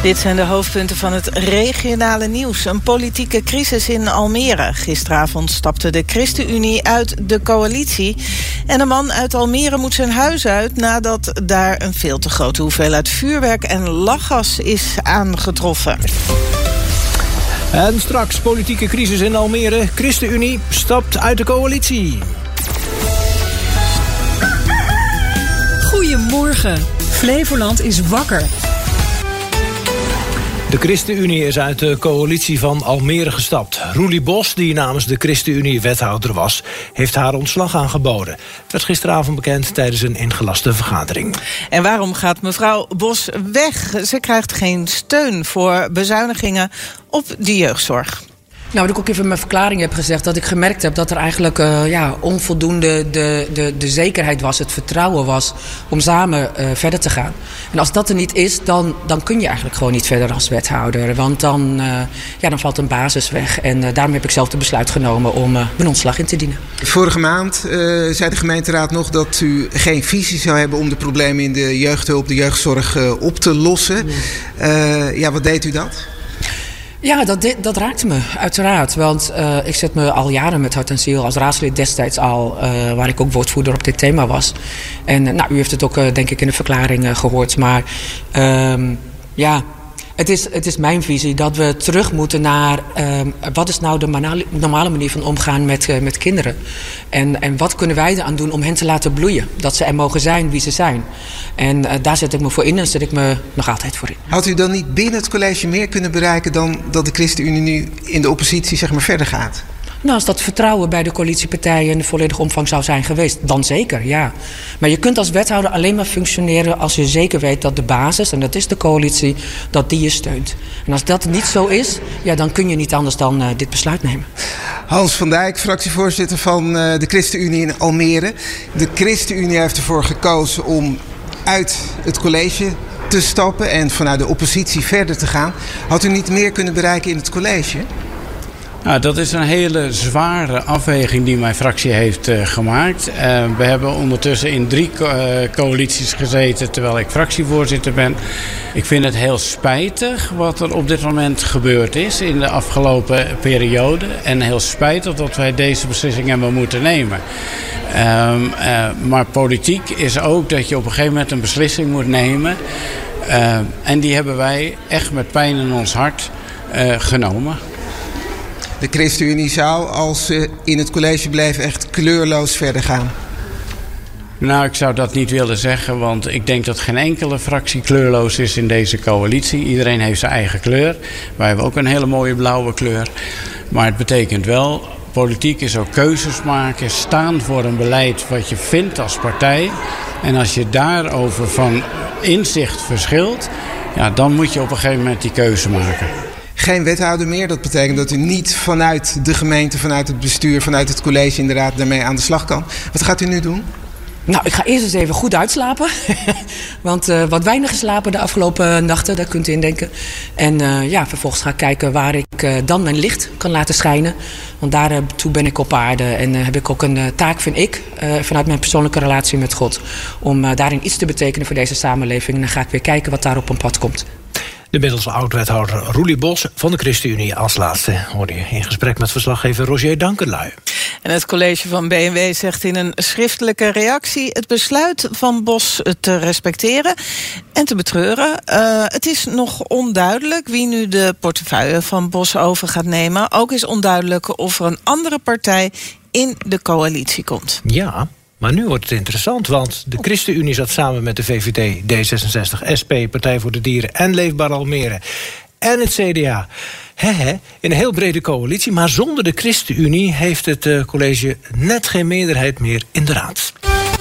Dit zijn de hoofdpunten van het regionale nieuws. Een politieke crisis in Almere. Gisteravond stapte de ChristenUnie uit de coalitie. En een man uit Almere moet zijn huis uit nadat daar een veel te grote hoeveelheid vuurwerk en lachgas is aangetroffen. En straks politieke crisis in Almere. ChristenUnie stapt uit de coalitie. Goedemorgen. Flevoland is wakker. De ChristenUnie is uit de coalitie van Almere gestapt. Roelie Bos, die namens de ChristenUnie wethouder was, heeft haar ontslag aangeboden. Het werd gisteravond bekend tijdens een ingelaste vergadering. En waarom gaat mevrouw Bos weg? Ze krijgt geen steun voor bezuinigingen op de jeugdzorg. Nou, wat ik ook even in mijn verklaring heb gezegd, dat ik gemerkt heb dat er eigenlijk onvoldoende de zekerheid was, het vertrouwen was om samen verder te gaan. En als dat er niet is, dan kun je eigenlijk gewoon niet verder als wethouder. Want dan valt een basis weg. En daarom heb ik zelf het besluit genomen om mijn ontslag in te dienen. Vorige maand zei de gemeenteraad nog dat u geen visie zou hebben om de problemen in de jeugdhulp, de jeugdzorg op te lossen. Wat deed u dat? Ja, dat raakte me, uiteraard. Want ik zet me al jaren met hart en ziel als raadslid destijds al, waar ik ook woordvoerder op dit thema was. En u heeft het ook denk ik in de verklaring gehoord. Maar het is mijn visie dat we terug moeten naar wat is nou de normale manier van omgaan met kinderen. En wat kunnen wij eraan doen om hen te laten bloeien. Dat ze er mogen zijn wie ze zijn. En daar zet ik me voor in en zet ik me nog altijd voor in. Had u dan niet binnen het college meer kunnen bereiken dan dat de ChristenUnie nu in de oppositie verder gaat? Nou, als dat vertrouwen bij de coalitiepartijen in de volledige omvang zou zijn geweest, dan zeker, ja. Maar je kunt als wethouder alleen maar functioneren als je zeker weet dat de basis, en dat is de coalitie, dat die je steunt. En als dat niet zo is, dan kun je niet anders dan dit besluit nemen. Hans van Dijk, fractievoorzitter van de ChristenUnie in Almere. De ChristenUnie heeft ervoor gekozen om uit het college te stappen en vanuit de oppositie verder te gaan. Had u niet meer kunnen bereiken in het college? Nou, dat is een hele zware afweging die mijn fractie heeft gemaakt. We hebben ondertussen in 3 coalities gezeten terwijl ik fractievoorzitter ben. Ik vind het heel spijtig wat er op dit moment gebeurd is in de afgelopen periode. En heel spijtig dat wij deze beslissing hebben moeten nemen. Maar politiek is ook dat je op een gegeven moment een beslissing moet nemen. En die hebben wij echt met pijn in ons hart genomen. De ChristenUnie zou, als ze in het college bleef, echt kleurloos verder gaan. Nou, ik zou dat niet willen zeggen, want ik denk dat geen enkele fractie kleurloos is in deze coalitie. Iedereen heeft zijn eigen kleur. Wij hebben ook een hele mooie blauwe kleur. Maar het betekent wel, politiek is ook keuzes maken, staan voor een beleid wat je vindt als partij. En als je daarover van inzicht verschilt, dan moet je op een gegeven moment die keuze maken. Geen wethouder meer, dat betekent dat u niet vanuit de gemeente, vanuit het bestuur, vanuit het college inderdaad daarmee aan de slag kan. Wat gaat u nu doen? Nou, ik ga eerst eens even goed uitslapen. Want wat weinig geslapen de afgelopen nachten, daar kunt u in denken. En vervolgens ga ik kijken waar ik dan mijn licht kan laten schijnen. Want daartoe ben ik op aarde. En heb ik ook een taak, vind ik, vanuit mijn persoonlijke relatie met God, om daarin iets te betekenen voor deze samenleving. En dan ga ik weer kijken wat daar op een pad komt. De middels oud-wethouder Roelie Bos van de ChristenUnie als laatste hoorde je in gesprek met verslaggever Roger Dankerlui. En het college van B&W zegt in een schriftelijke reactie het besluit van Bos te respecteren en te betreuren. Het is nog onduidelijk wie nu de portefeuille van Bos over gaat nemen. Ook is onduidelijk of er een andere partij in de coalitie komt. Ja. Maar nu wordt het interessant, want de ChristenUnie zat samen met de VVD, D66, SP, Partij voor de Dieren en Leefbaar Almere en het CDA. In een heel brede coalitie, maar zonder de ChristenUnie heeft het college net geen meerderheid meer in de raad.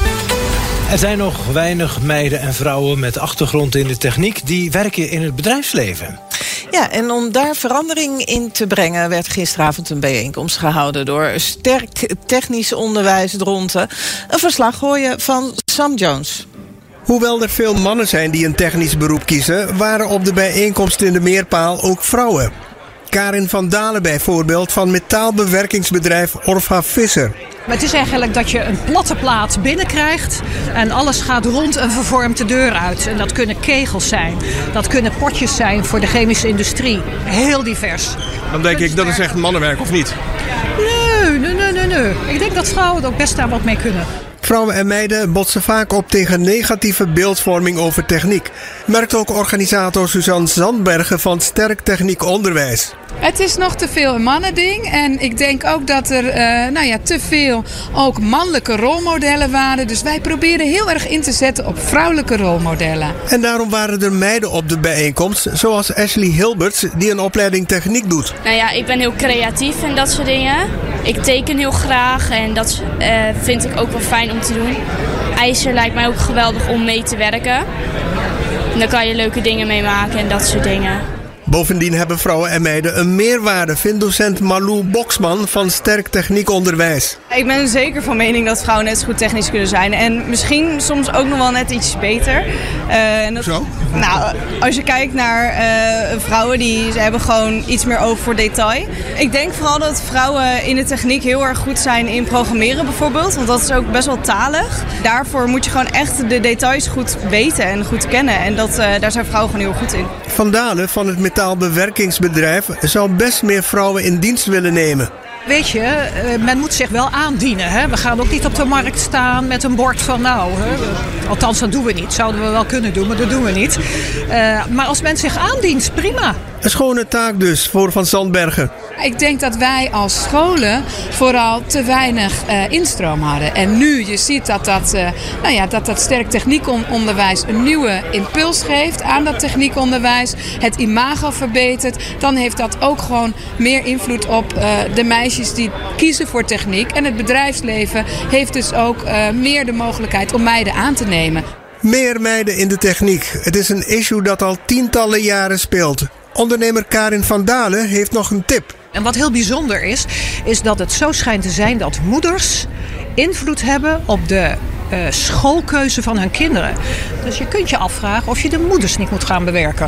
Er zijn nog weinig meiden en vrouwen met achtergrond in de techniek die werken in het bedrijfsleven. Ja, en om daar verandering in te brengen werd gisteravond een bijeenkomst gehouden door Sterk Technisch Onderwijs Dronten. Een verslag hoor je van Sam Jones. Hoewel er veel mannen zijn die een technisch beroep kiezen, waren op de bijeenkomst in de meerpaal ook vrouwen. Karin van Dalen bijvoorbeeld van metaalbewerkingsbedrijf Orfa Visser. Maar het is eigenlijk dat je een platte plaat binnenkrijgt en alles gaat rond en vervormt de deur uit. En dat kunnen kegels zijn, dat kunnen potjes zijn voor de chemische industrie. Heel divers. Dan denk ik, dat is echt mannenwerk, of niet? Nee. Ik denk dat vrouwen er ook best daar wat mee kunnen. Vrouwen en meiden botsen vaak op tegen negatieve beeldvorming over techniek. Merkt ook organisator Suzanne Zandbergen van Sterk Techniek Onderwijs. Het is nog te veel een mannending. En ik denk ook dat er te veel ook mannelijke rolmodellen waren. Dus wij proberen heel erg in te zetten op vrouwelijke rolmodellen. En daarom waren er meiden op de bijeenkomst, zoals Ashley Hilberts, die een opleiding techniek doet. Nou ja, ik ben heel creatief en dat soort dingen. Ik teken heel graag en dat vind ik ook wel fijn om te doen. IJzer lijkt mij ook geweldig om mee te werken. En daar kan je leuke dingen mee maken en dat soort dingen. Bovendien hebben vrouwen en meiden een meerwaarde, vindt docent Malou Boksman van Sterk Techniek Onderwijs. Ik ben zeker van mening dat vrouwen net zo goed technisch kunnen zijn. En misschien soms ook nog wel net iets beter. Zo? Nou, als je kijkt naar vrouwen, ze hebben gewoon iets meer oog voor detail. Ik denk vooral dat vrouwen in de techniek heel erg goed zijn in programmeren bijvoorbeeld. Want dat is ook best wel talig. Daarvoor moet je gewoon echt de details goed weten en goed kennen. En daar zijn vrouwen gewoon heel goed in. Van Dalen van het metaalbewerkingsbedrijf zou best meer vrouwen in dienst willen nemen. Weet je, men moet zich wel aandienen. Hè? We gaan ook niet op de markt staan met een bord van althans dat doen we niet. Zouden we wel kunnen doen, maar dat doen we niet. Maar als men zich aandient, prima. Een schone taak dus voor Van Zandbergen. Ik denk dat wij als scholen vooral te weinig instroom hadden. En nu, je ziet dat Sterk Techniekonderwijs een nieuwe impuls geeft aan dat techniekonderwijs. Het imago verbetert. Dan heeft dat ook gewoon meer invloed op de meisjes die kiezen voor techniek. En het bedrijfsleven heeft dus ook meer de mogelijkheid om meiden aan te nemen. Meer meiden in de techniek. Het is een issue dat al tientallen jaren speelt. Ondernemer Karin van Dalen heeft nog een tip. En wat heel bijzonder is dat het zo schijnt te zijn dat moeders invloed hebben op de schoolkeuze van hun kinderen. Dus je kunt je afvragen of je de moeders niet moet gaan bewerken.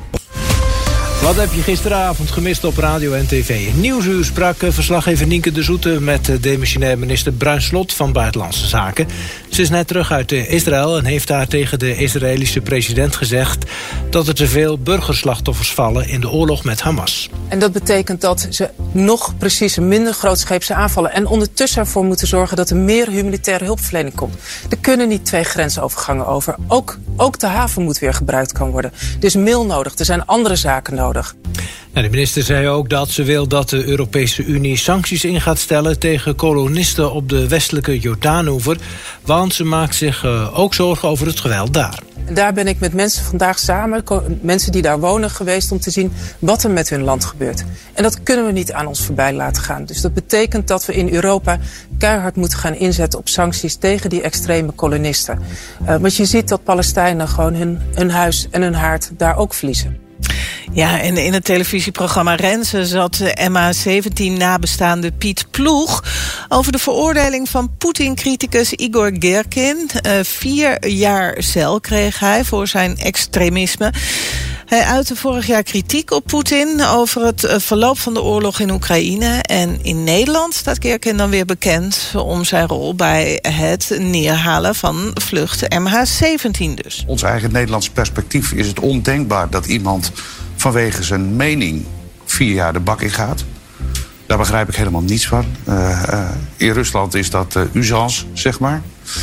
Wat heb je gisteravond gemist op radio en tv? Nieuwsuur sprak verslaggever Nienke de Zoete met demissionair minister Bruins Slot van Buitenlandse Zaken. Ze is net terug uit Israël en heeft daar tegen de Israëlische president gezegd dat er te veel burgerslachtoffers vallen in de oorlog met Hamas. En dat betekent dat ze nog preciezer, minder grootscheepse aanvallen. En ondertussen ervoor moeten zorgen dat er meer humanitaire hulpverlening komt. Er kunnen niet 2 grensovergangen over. Ook de haven moet weer gebruikt kan worden. Er is mail nodig, er zijn andere zaken nodig. De minister zei ook dat ze wil dat de Europese Unie sancties in gaat stellen tegen kolonisten op de westelijke Jordaanoever, want ze maakt zich ook zorgen over het geweld daar. Daar ben ik met mensen vandaag samen, mensen die daar wonen, geweest om te zien wat er met hun land gebeurt. En dat kunnen we niet aan ons voorbij laten gaan. Dus dat betekent dat we in Europa keihard moeten gaan inzetten op sancties tegen die extreme kolonisten. Want je ziet dat Palestijnen gewoon hun huis en hun haard daar ook verliezen. Ja, en in het televisieprogramma Renze zat de MH17-nabestaande Piet Ploeg over de veroordeling van Poetin-criticus Igor Girkin. 4 jaar cel kreeg hij voor zijn extremisme. Hij uitte vorig jaar kritiek op Poetin over het verloop van de oorlog in Oekraïne. En in Nederland staat Girkin dan weer bekend om zijn rol bij het neerhalen van vlucht MH17 dus. Ons eigen Nederlands perspectief is het ondenkbaar dat iemand vanwege zijn mening 4 jaar de bak in gaat. Daar begrijp ik helemaal niets van. In Rusland is dat usance, zeg maar.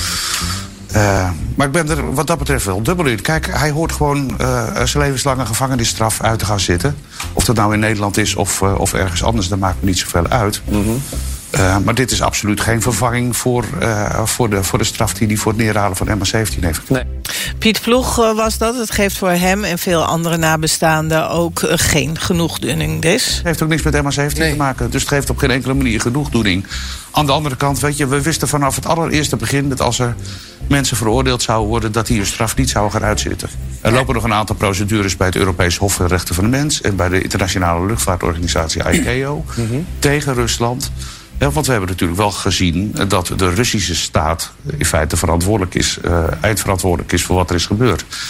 Maar ik ben er wat dat betreft wel dubbel in. Kijk, hij hoort gewoon zijn levenslange gevangenisstraf uit te gaan zitten. Of dat nou in Nederland is of ergens anders, dat maakt me niet zoveel uit. Mm-hmm. Maar dit is absoluut geen vervanging voor de straf die hij voor het neerhalen van MH17 heeft. Nee. Piet Ploeg was dat. Het geeft voor hem en veel andere nabestaanden ook geen genoegdoening. Het heeft ook niks met MH17 te maken. Dus het geeft op geen enkele manier genoegdoening. Aan de andere kant, weet je, we wisten vanaf het allereerste begin dat als er mensen veroordeeld zouden worden, dat die hun straf niet zouden gaan uitzitten. Er lopen nog een aantal procedures bij het Europees Hof voor de Rechten van de Mens en bij de Internationale Luchtvaartorganisatie ICAO tegen Rusland. Ja, want we hebben natuurlijk wel gezien dat de Russische staat in feite eindverantwoordelijk is voor wat er is gebeurd.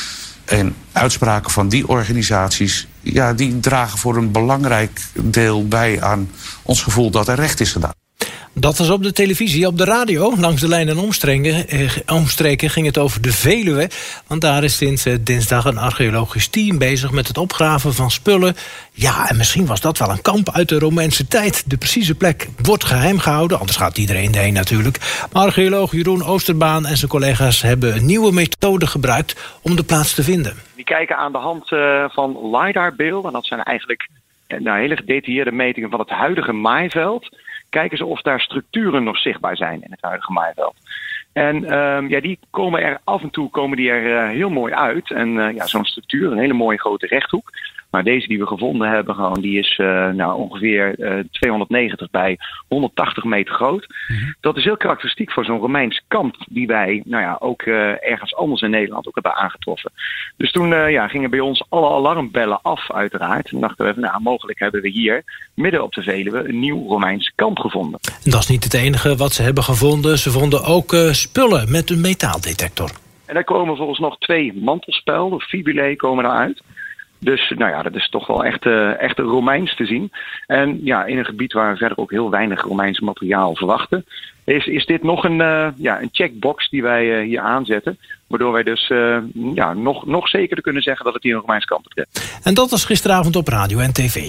En uitspraken van die organisaties, ja, die dragen voor een belangrijk deel bij aan ons gevoel dat er recht is gedaan. Dat was op de televisie. Op de radio, langs de lijn en omstreken, ging het over de Veluwe. Want daar is sinds dinsdag een archeologisch team bezig met het opgraven van spullen. Ja, en misschien was dat wel een kamp uit de Romeinse tijd. De precieze plek wordt geheim gehouden, anders gaat iedereen erheen natuurlijk. Maar archeoloog Jeroen Oosterbaan en zijn collega's hebben een nieuwe methode gebruikt om de plaats te vinden. Die kijken aan de hand van LiDAR-beelden. En dat zijn eigenlijk hele gedetailleerde metingen van het huidige maaiveld. Kijken ze of daar structuren nog zichtbaar zijn in het huidige maaiveld. En die komen er af en toe heel mooi uit. En zo'n structuur, een hele mooie grote rechthoek. Maar deze die we gevonden hebben, die is ongeveer 290 bij 180 meter groot. Mm-hmm. Dat is heel karakteristiek voor zo'n Romeins kamp die wij ook ergens anders in Nederland ook hebben aangetroffen. Dus toen gingen bij ons alle alarmbellen af uiteraard. En dachten we, mogelijk hebben we hier midden op de Veluwe een nieuw Romeins kamp gevonden. En dat is niet het enige wat ze hebben gevonden. Ze vonden ook spullen met een metaaldetector. En daar komen volgens nog 2 mantelspelden, of fibulae, komen eruit. Dus dat is toch wel echt Romeins te zien. En in een gebied waar we verder ook heel weinig Romeins materiaal verwachten, is dit nog een checkbox die wij hier aanzetten. Waardoor wij dus nog zekerder kunnen zeggen dat het hier een Romeins kamp betreft. En dat was gisteravond op radio en tv.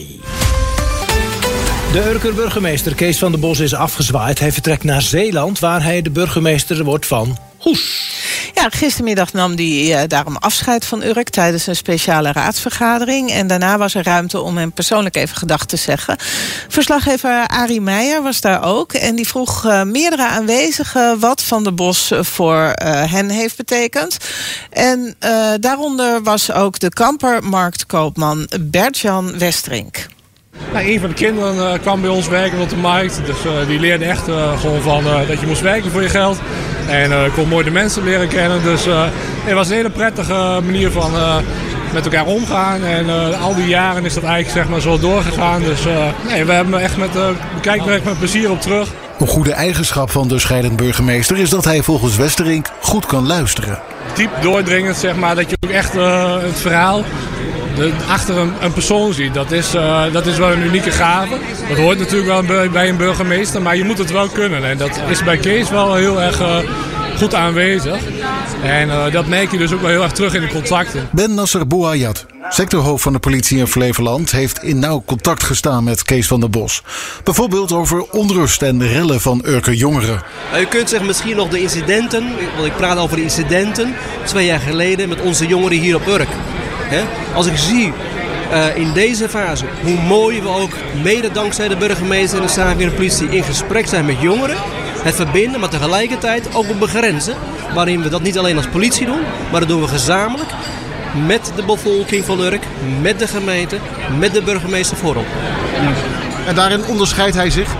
De Urker burgemeester Kees van der Bos is afgezwaaid. Hij vertrekt naar Zeeland, waar hij de burgemeester wordt van Goes. Ja, gistermiddag nam hij daarom afscheid van Urk tijdens een speciale raadsvergadering. En daarna was er ruimte om hem persoonlijk even gedag te zeggen. Verslaggever Arie Meijer was daar ook. En die vroeg meerdere aanwezigen wat Van der Bos voor hen heeft betekend. En daaronder was ook de kampermarktkoopman Bert-Jan Westrink. Een van de kinderen kwam bij ons werken op de markt. Dus die leerde echt gewoon van dat je moest werken voor je geld. En kon mooi de mensen leren kennen. Dus het was een hele prettige manier van met elkaar omgaan. En al die jaren is dat eigenlijk zo doorgegaan. Dus we hebben echt kijken er echt met plezier op terug. Een goede eigenschap van de scheidend burgemeester is dat hij volgens Westerink goed kan luisteren. Diep doordringend, dat je ook echt het verhaal achter een persoon ziet. Dat is wel een unieke gave. Dat hoort natuurlijk wel bij een burgemeester, maar je moet het wel kunnen. En dat is bij Kees wel heel erg goed aanwezig. En dat merk je dus ook wel heel erg terug in de contacten. Ben Nasser Bouayat, sectorhoofd van de politie in Flevoland, heeft in nauw contact gestaan met Kees van der Bos. Bijvoorbeeld over onrust en rellen van Urker jongeren. U kunt zich misschien nog de incidenten, want ik praat over de incidenten 2 jaar geleden met onze jongeren hier op Urk. Als ik zie in deze fase hoe mooi we ook mede dankzij de burgemeester en de samenwerking de politie in gesprek zijn met jongeren. Het verbinden, maar tegelijkertijd ook op begrenzen. Waarin we dat niet alleen als politie doen, maar dat doen we gezamenlijk met de bevolking van Urk, met de gemeente, met de burgemeester voorop. En daarin onderscheidt hij zich?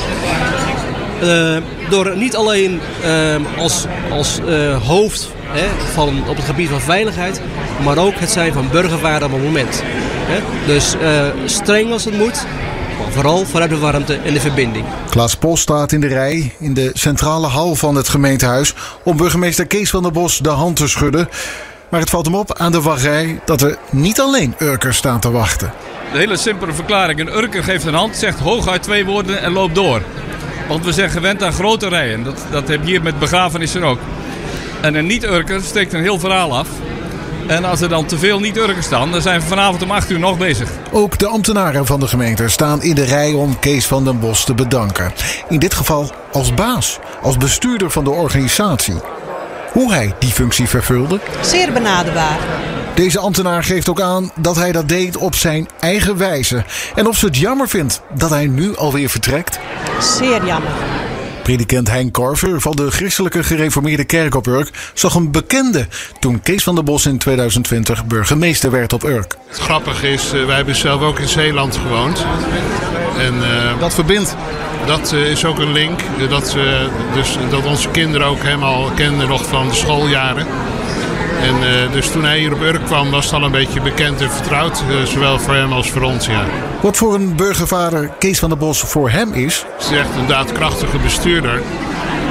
Door niet alleen als hoofd op het gebied van veiligheid, maar ook het zijn van burgerwaarde op het moment. Dus streng als het moet, maar vooral vanuit de warmte en de verbinding. Klaas Pol staat in de rij in de centrale hal van het gemeentehuis om burgemeester Kees van der Bos de hand te schudden. Maar het valt hem op aan de wachtrij dat er niet alleen Urkers staan te wachten. De hele simpele verklaring. Een Urker geeft een hand, zegt hooguit 2 woorden en loopt door. Want we zijn gewend aan grote rijen. Dat heb je hier met begrafenissen ook. En een niet-Urker steekt een heel verhaal af. En als er dan te veel niet-Urkers staan, dan zijn we vanavond om 8 uur nog bezig. Ook de ambtenaren van de gemeente staan in de rij om Kees van den Bos te bedanken. In dit geval als baas, als bestuurder van de organisatie. Hoe hij die functie vervulde? Zeer benaderbaar. Deze ambtenaar geeft ook aan dat hij dat deed op zijn eigen wijze. En of ze het jammer vindt dat hij nu alweer vertrekt? Zeer jammer. Predikant Hein Korver van de Christelijke Gereformeerde Kerk op Urk zag een bekende toen Kees van der Bos in 2020 burgemeester werd op Urk. Het grappige is, wij hebben zelf ook in Zeeland gewoond. En dat verbindt. Dat is ook een link. Dat onze kinderen ook hem al kenden nog van de schooljaren. En dus toen hij hier op Urk kwam was het al een beetje bekend en vertrouwd. Zowel voor hem als voor ons, ja. Wat voor een burgervader Kees van der Bos voor hem is? Het is echt een daadkrachtige bestuurder.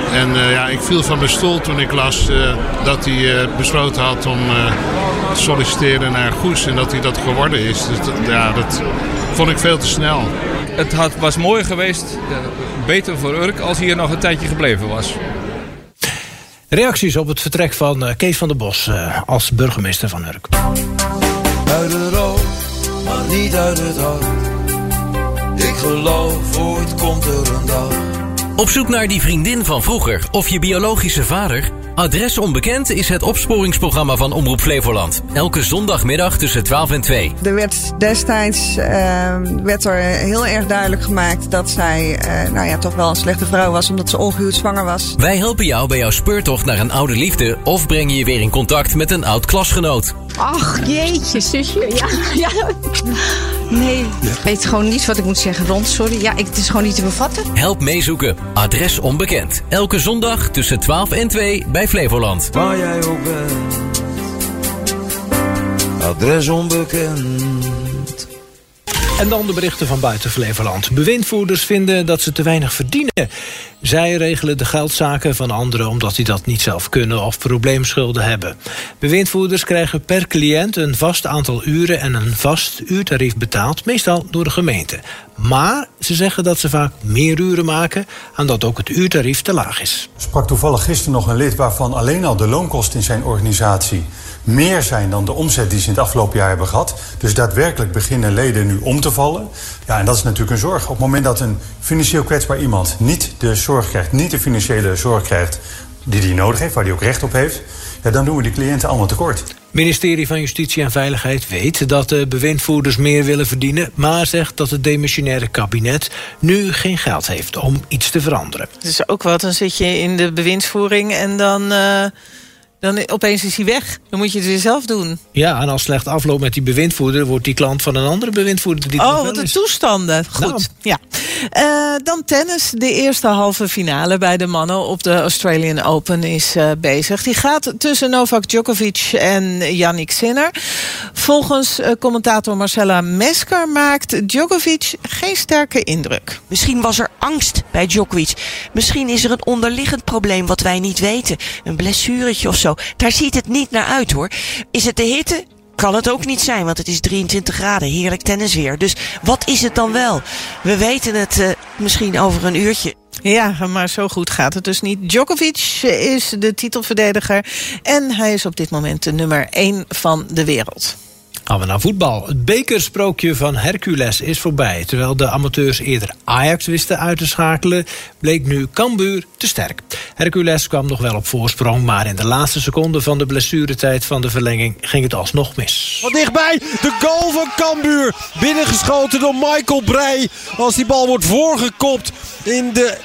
En ik viel van mijn stoel toen ik las dat hij besloten had om te solliciteren naar Goes. En dat hij dat geworden is. Dus dat vond ik veel te snel. Het was mooi geweest, beter voor Urk, als hij hier nog een tijdje gebleven was. Reacties op het vertrek van Kees van der Bos als burgemeester van Urk. Uit het oog, maar niet uit het hart. Ik geloof, ooit komt er een dag. Op zoek naar die vriendin van vroeger of je biologische vader? Adres Onbekend is het opsporingsprogramma van Omroep Flevoland. Elke zondagmiddag tussen 12 en 2. Er werd destijds heel erg duidelijk gemaakt dat zij toch wel een slechte vrouw was, omdat ze ongehuwd zwanger was. Wij helpen jou bij jouw speurtocht naar een oude liefde of brengen je weer in contact met een oud klasgenoot. Ach, jeetje, zusje. Ja. Nee, ik weet gewoon niet wat ik moet zeggen, Ron. Sorry, het is gewoon niet te bevatten. Help meezoeken. Adres Onbekend. Elke zondag tussen 12 en 2 bij Flevoland. Waar jij ook bent. Adres Onbekend. En dan de berichten van buiten Flevoland. Bewindvoerders vinden dat ze te weinig verdienen. Zij regelen de geldzaken van anderen omdat die dat niet zelf kunnen of probleemschulden hebben. Bewindvoerders krijgen per cliënt een vast aantal uren en een vast uurtarief betaald, meestal door de gemeente. Maar ze zeggen dat ze vaak meer uren maken en dat ook het uurtarief te laag is. Ik sprak toevallig gisteren nog een lid waarvan alleen al de loonkosten in zijn organisatie meer zijn dan de omzet die ze in het afgelopen jaar hebben gehad. Dus daadwerkelijk beginnen leden nu om te vallen. Ja, en dat is natuurlijk een zorg. Op het moment dat een financieel kwetsbaar iemand niet de zorg krijgt, niet de financiële zorg krijgt die hij nodig heeft, waar hij ook recht op heeft, dan doen we die cliënten allemaal tekort. Het ministerie van Justitie en Veiligheid weet dat de bewindvoerders meer willen verdienen, maar zegt dat het demissionaire kabinet nu geen geld heeft om iets te veranderen. Dat is ook wat, dan zit je in de bewindsvoering en dan opeens is hij weg. Dan moet je het weer zelf doen. Ja, en als slecht afloopt met die bewindvoerder, wordt die klant van een andere bewindvoerder die wat een toestanden. Goed, ja. Dan tennis. De eerste halve finale bij de mannen op de Australian Open is bezig. Die gaat tussen Novak Djokovic en Jannik Sinner. Volgens commentator Marcella Mesker maakt Djokovic geen sterke indruk. Misschien was er angst bij Djokovic. Misschien is er een onderliggend probleem wat wij niet weten. Een blessuretje of zo. Daar ziet het niet naar uit, hoor. Is het de hitte? Kan het ook niet zijn, want het is 23 graden. Heerlijk tennisweer. Dus wat is het dan wel? We weten het misschien over een uurtje. Ja, maar zo goed gaat het dus niet. Djokovic is de titelverdediger en hij is op dit moment de nummer 1 van de wereld. Gaan we naar voetbal. Het bekersprookje van Hercules is voorbij. Terwijl de amateurs eerder Ajax wisten uit te schakelen, bleek nu Cambuur te sterk. Hercules kwam nog wel op voorsprong, maar in de laatste seconde van de blessuretijd van de verlenging ging het alsnog mis. Wat dichtbij, de goal van Cambuur. Binnengeschoten door Michael Breij. Als die bal wordt voorgekopt in de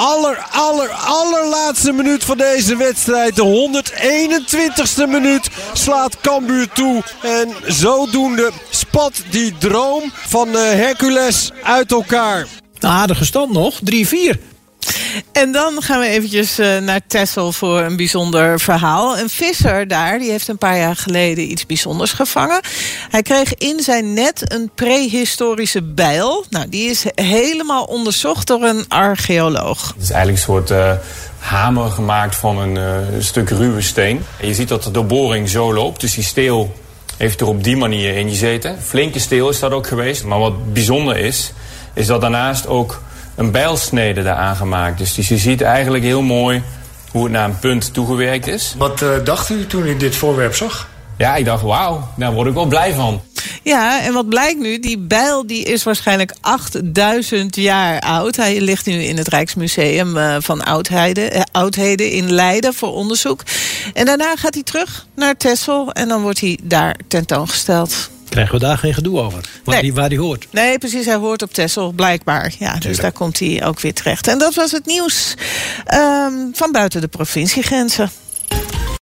allerlaatste minuut van deze wedstrijd. De 121ste minuut slaat Cambuur toe. En zodoende spat die droom van Hercules uit elkaar. Aardige stand nog, 3-4. En dan gaan we eventjes naar Texel voor een bijzonder verhaal. Een visser daar, die heeft een paar jaar geleden iets bijzonders gevangen. Hij kreeg in zijn net een prehistorische bijl. Nou, die is helemaal onderzocht door een archeoloog. Het is eigenlijk een soort hamer gemaakt van een stuk ruwe steen. En je ziet dat de doorboring zo loopt, dus die steel heeft er op die manier in gezeten. Flinke steel is dat ook geweest. Maar wat bijzonder is dat daarnaast ook een bijlsnede daar aangemaakt. Dus je ziet eigenlijk heel mooi hoe het naar een punt toegewerkt is. Wat dacht u toen u dit voorwerp zag? Ja, ik dacht, wauw, daar word ik wel blij van. Ja, en wat blijkt nu? Die bijl die is waarschijnlijk 8000 jaar oud. Hij ligt nu in het Rijksmuseum van Oudheden in Leiden voor onderzoek. En daarna gaat hij terug naar Texel en dan wordt hij daar tentoongesteld. Krijgen we daar geen gedoe over? Waar die hoort? Nee, precies. Hij hoort op Texel, blijkbaar. Ja, dus daar komt hij ook weer terecht. En dat was het nieuws van buiten de provinciegrenzen.